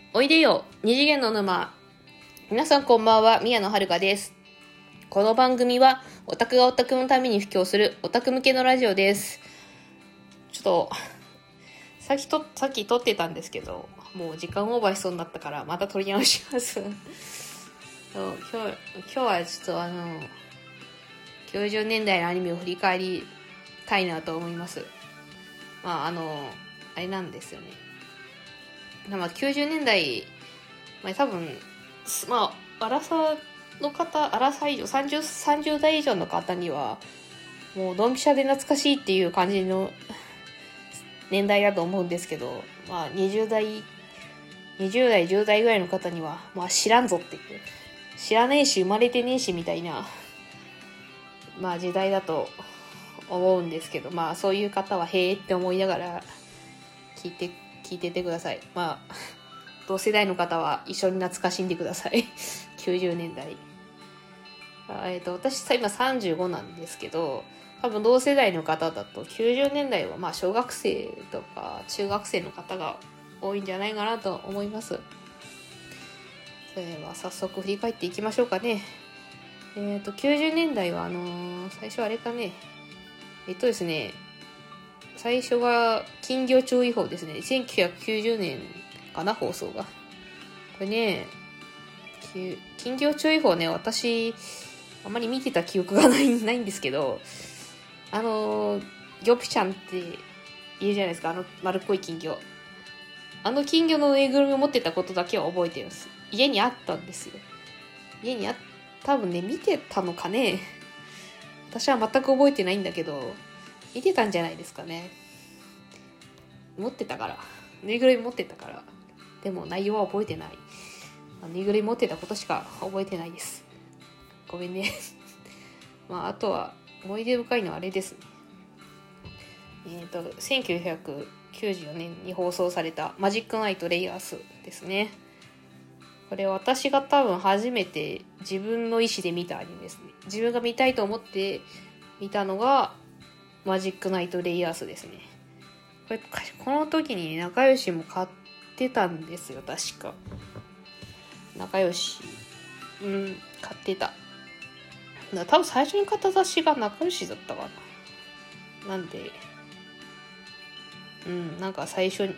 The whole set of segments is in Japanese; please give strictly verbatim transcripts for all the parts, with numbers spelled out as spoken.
おいでよ二次元の沼。皆さんこんばんは、宮野遥です。この番組はオタクがオタクのために布教するオタク向けのラジオです。ちょっとさっきとさっき撮ってたんですけど、もう時間オーバーしそうになったからまた撮り直します今日今日はちょっとあのきゅうじゅうねんだいのアニメを振り返りたいなと思います。まああのあれなんですよね。まあ、きゅうじゅうねんだい、まあ、多分、まあ、アラサの方、アラサ以上、さんじゅう、さんじゅう代以上の方には、もう、ドンピシャで懐かしいっていう感じの年代だと思うんですけど、まあ、にじゅう代、にじゅう代、じゅう代ぐらいの方には、まあ、知らんぞっていう、知らねえし、生まれてねえし、みたいな、まあ、時代だと思うんですけど、まあ、そういう方は、へえって思いながら、聞いて、聞いててください。まあ、同世代の方は一緒に懐かしんでください。きゅうじゅうねんだい。えっと、私さ、今さんじゅうごなんですけど、多分同世代の方だときゅうじゅうねんだいはまあ小学生とか中学生の方が多いんじゃないかなと思います。それでは早速振り返っていきましょうかね。えっと、きゅうじゅうねんだいはあのー、最初あれかね。えっとですね、最初が禁漁注意報ですね。せんきゅうひゃくきゅうじゅうねんかな、放送が。これね、禁漁注意報ね、私、あんまり見てた記憶がない、ないんですけど、あの、ギョプちゃんって言うじゃないですか、あの丸っこい金魚。あの金魚のぬいぐるみを持ってたことだけは覚えてます。家にあったんですよ。家にあ、多分ね、見てたのかね。私は全く覚えてないんだけど、見てたんじゃないですかね。持ってたから。ぬいぐるみ持ってたから。でも内容は覚えてない。ぬいぐるみ持ってたことしか覚えてないです。ごめんね。まあ、あとは、思い出深いのはあれですね。えっと、せんきゅうひゃくきゅうじゅうよねんに放送されたマジックナイトレイヤースですね。これ私が多分初めて自分の意思で見たアニメですね。自分が見たいと思って見たのがマジックナイトレイヤースですね。これ、この時に仲良しも買ってたんですよ、確か。仲良し。うん、買ってた。だ多分最初に買った雑誌が仲良しだったかな。なんで、うん、なんか最初に、も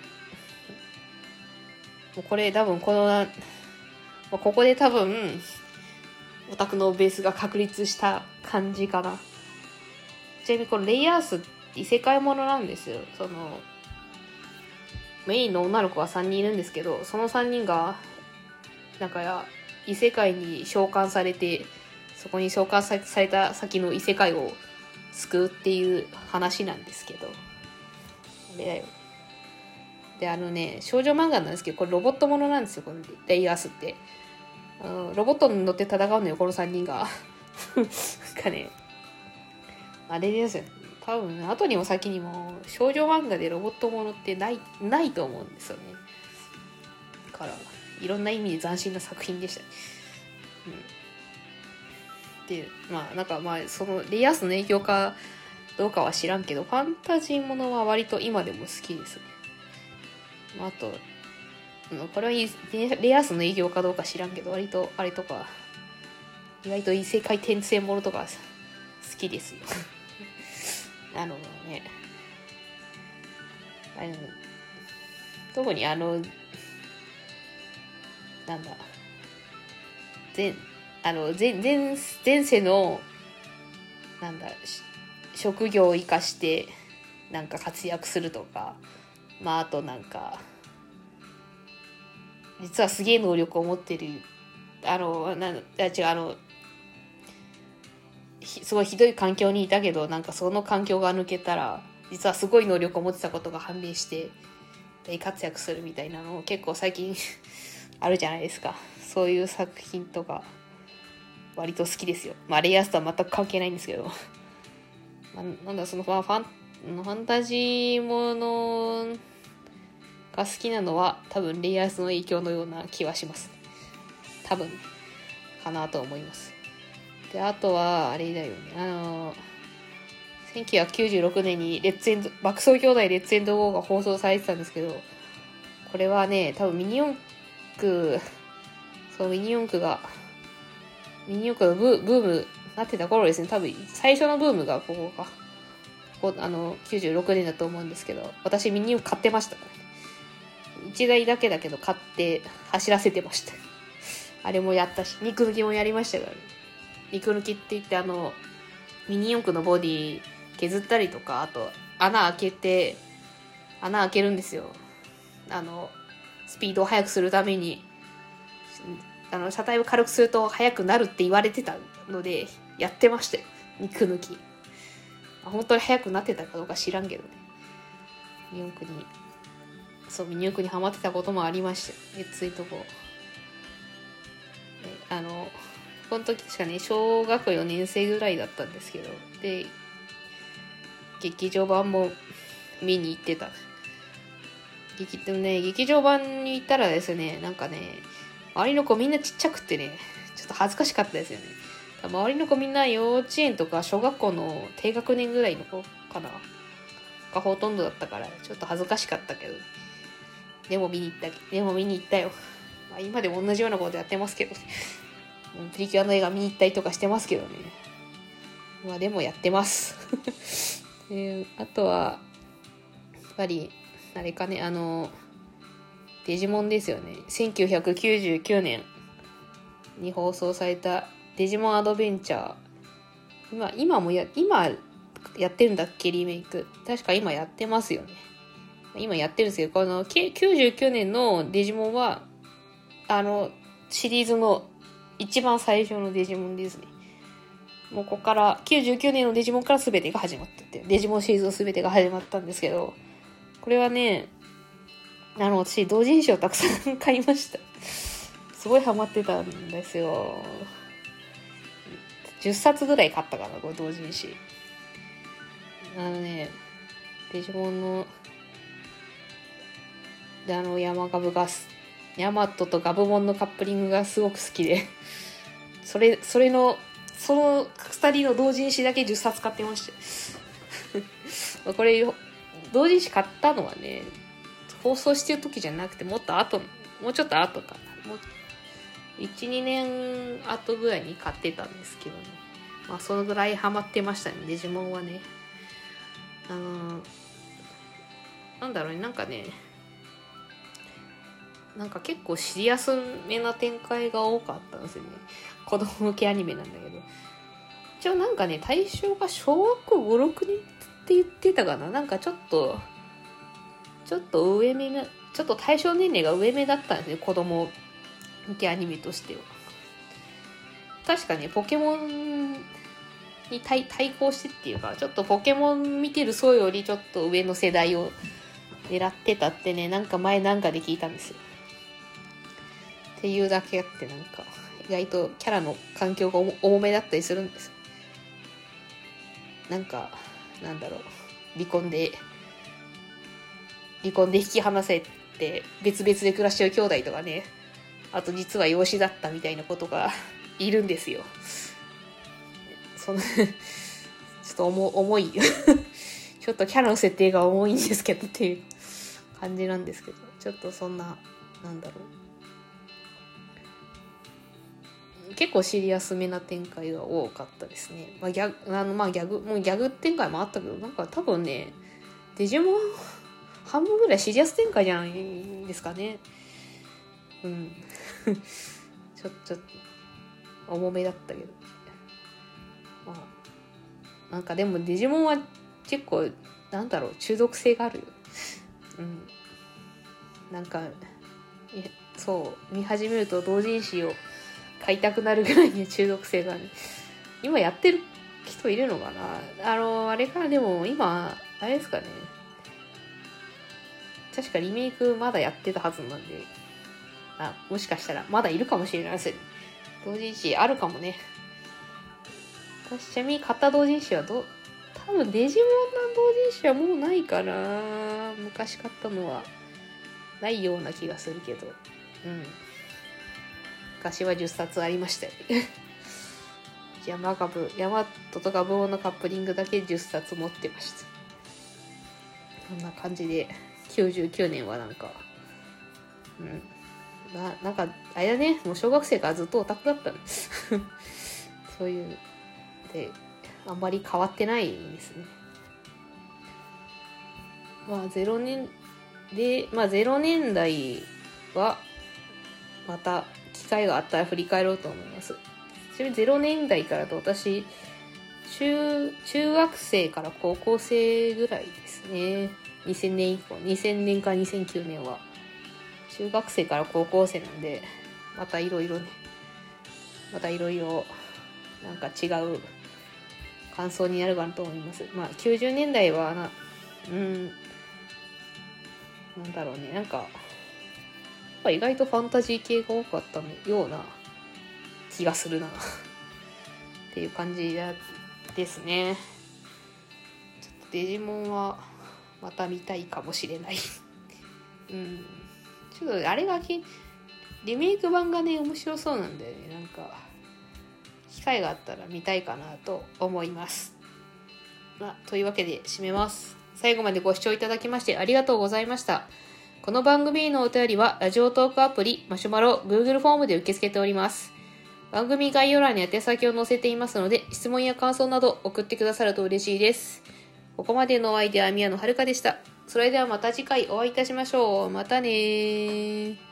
うこれ多分この、ここで多分、オタクのベースが確立した感じかな。ちなみにこのレイヤースって異世界ものなんですよ。その、メインの女の子がさんにんいるんですけど、そのさんにんが、なんか、異世界に召喚されて、そこに召喚された先の異世界を救うっていう話なんですけど。あれだよ。で、あのね、少女漫画なんですけど、これロボットものなんですよ、このレイヤースって。あのロボットに乗って戦うのよ、このさんにんが。なんかね、あれですよ。多分、後にも先にも、少女漫画でロボットものってない、ないと思うんですよね。だから、いろんな意味で斬新な作品でした。うん。で、まあ、なんかまあ、その、レイヤースの影響かどうかは知らんけど、ファンタジーものは割と今でも好きですね。あと、これはレイヤースの影響かどうか知らんけど、割とあれとか、意外と異世界転生ものとか好きですよ。あのね、あの、特にあの、なんだ、前、あの、前、前、前世の、なんだ、職業を生かして、なんか活躍するとか、まあ、あとなんか、実はすげえ能力を持ってる、あの、なんだ、違う、あの、すごいひどい環境にいたけど、なんかその環境が抜けたら、実はすごい能力を持ってたことが判明して、大活躍するみたいなの結構最近あるじゃないですか。そういう作品とか、割と好きですよ。まあ、レイヤースとは全く関係ないんですけど。まあ、なんだ、そのファン、ファンタジーものが好きなのは、多分レイヤースの影響のような気はします。多分、かなと思います。で、あとは、あれだよね。あの、せんきゅうひゃくきゅうじゅうろくねんにレッツエンド、爆走兄弟レッツエンドゴーが放送されてたんですけど、これはね、多分ミニ四ク、そう、ミニ四駆が、ミニ四駆のブブームなってた頃ですね。多分、最初のブームがここか。ここあの、きゅうじゅうろくねんだと思うんですけど、私ミニ四駆買ってましたからね。いちだいだけだけど買って走らせてました。あれもやったし、肉抜きもやりましたからね。肉抜きって言ってあの、ミニ四駆のボディ削ったりとか、あと穴開けて、穴開けるんですよ。あの、スピードを速くするために、あの、車体を軽くすると速くなるって言われてたので、やってましたよ。肉抜き。本当に速くなってたかどうか知らんけどね。ミニ四駆に、そう、ミニ四駆にハマってたこともありました。熱いとこ。あの、この時確かね、小学よねん生ぐらいだったんですけど、で、劇場版も見に行ってた。劇でもね、劇場版に行ったらですね、なんかね、周りの子みんなちっちゃくってね、ちょっと恥ずかしかったですよね。周りの子みんな幼稚園とか小学校の低学年ぐらいの子かながほとんどだったから、ちょっと恥ずかしかったけど。でも見に行った、でも見に行ったよ。まあ、今でも同じようなことやってますけど、プリキュアの映画見に行ったりとかしてますけどね。まあでもやってます。であとは、やっぱり、あれかね、あの、デジモンですよね。せんきゅうひゃくきゅうじゅうきゅうねんに放送されたデジモンアドベンチャー。今、今もや、今やってるんだっけ、リメイク。確か今やってますよね。今やってるんですけど、このきゅうじゅうきゅうねんのデジモンは、あの、シリーズの一番最初のデジモンですね。もうここから、きゅうじゅうきゅうねんのデジモンから全てが始まったって、デジモンシリーズの全てが始まったんですけど、これはね、あの、私、同人誌をたくさん買いました。すごいハマってたんですよ。じゅっさつぐらい買ったかな、これ同人誌。あのね、デジモンの、で、あの、山ガブが、ヤマトとガブモンのカップリングがすごく好きで、それ、それの、その二人の同人誌だけじゅっさつ買ってました。これ、同人誌買ったのはね、放送してる時じゃなくて、もっと後、もうちょっと後かな。もういち、にねん後ぐらいに買ってたんですけどね。まあ、そのぐらいハマってましたね、デジモンはね。あのー、なんだろうね、なんかね、なんか結構シリアスめな展開が多かったんですよね。子供向けアニメなんだけど。一応なんかね、対象が小学校ご、ろくねんって言ってたかな。なんかちょっと、ちょっと上目な、ちょっと対象年齢が上目だったんですね。子供向けアニメとしては。確かね、ポケモンに 対, 対抗してっていうか、ちょっとポケモン見てる層よりちょっと上の世代を狙ってたってね、なんか前なんかで聞いたんですよ。っていうだけあって、なんか意外とキャラの環境が重めだったりするんです。なんかなんだろう、離婚で離婚で引き離せて別々で暮らしてる兄弟とかね、あと実は養子だったみたいなことがいるんですよ。そのちょっと重重いちょっとキャラの設定が重いんですけどっていう感じなんですけど、ちょっとそんな、なんだろう、結構シリアスめな展開が多かったですね。まあギャグ、あのまあギャグ、もうギャグ展開もあったけど、なんか多分ね、デジモン半分ぐらいシリアス展開じゃないですかね。うん。ちょっと、重めだったけど。まあ、なんかでもデジモンは結構、なんだろう、中毒性があるよ。うん。なんか、そう、見始めると同人誌を買いたくなるぐらいに中毒性がある。今やってる人いるのかな。あの、あれからでも今、あれですかね。確かリメイクまだやってたはずなんで、あ、もしかしたらまだいるかもしれないですね。同人誌あるかもね。私ちなみに買った同人誌はど、多分デジモンの同人誌はもうないかな。昔買ったのはないような気がするけど、うん。昔はじゅっさつありましたよね。山ガブ、ヤマトとガブオのカップリングだけじゅっさつ持ってました。こんな感じで、きゅうじゅうきゅうねんはなんか、うん。 ななんかあれだね、もう小学生からずっとオタクだったんですそういうであんまり変わってないですね。まあゼロねんでまあゼロねんだいはまた機会があったら振り返ろうと思います。ちなみにゼロねんだいからと私中中学生から高校生ぐらいですね。にせんねん以降、にせんねんかにせんきゅうねんは中学生から高校生なんで、またいろいろね、またいろいろなんか違う感想になるかなと思います。まあきゅうじゅうねんだいはな、うん、なんだろうね、なんか、意外とファンタジー系が多かったのような気がするなっていう感じですね。ちょっとデジモンはまた見たいかもしれないうん。ちょっとあれがきリメイク版がね面白そうなんで、ね、なんか機会があったら見たいかなと思います。まあ、というわけで締めます。最後までご視聴いただきましてありがとうございました。この番組へのお便りはラジオトークアプリマシュマロ Google フォームで受け付けております。番組概要欄に宛先を載せていますので、質問や感想など送ってくださると嬉しいです。ここまでのお相手は宮野遥でした。それではまた次回お会いいたしましょう。またねー。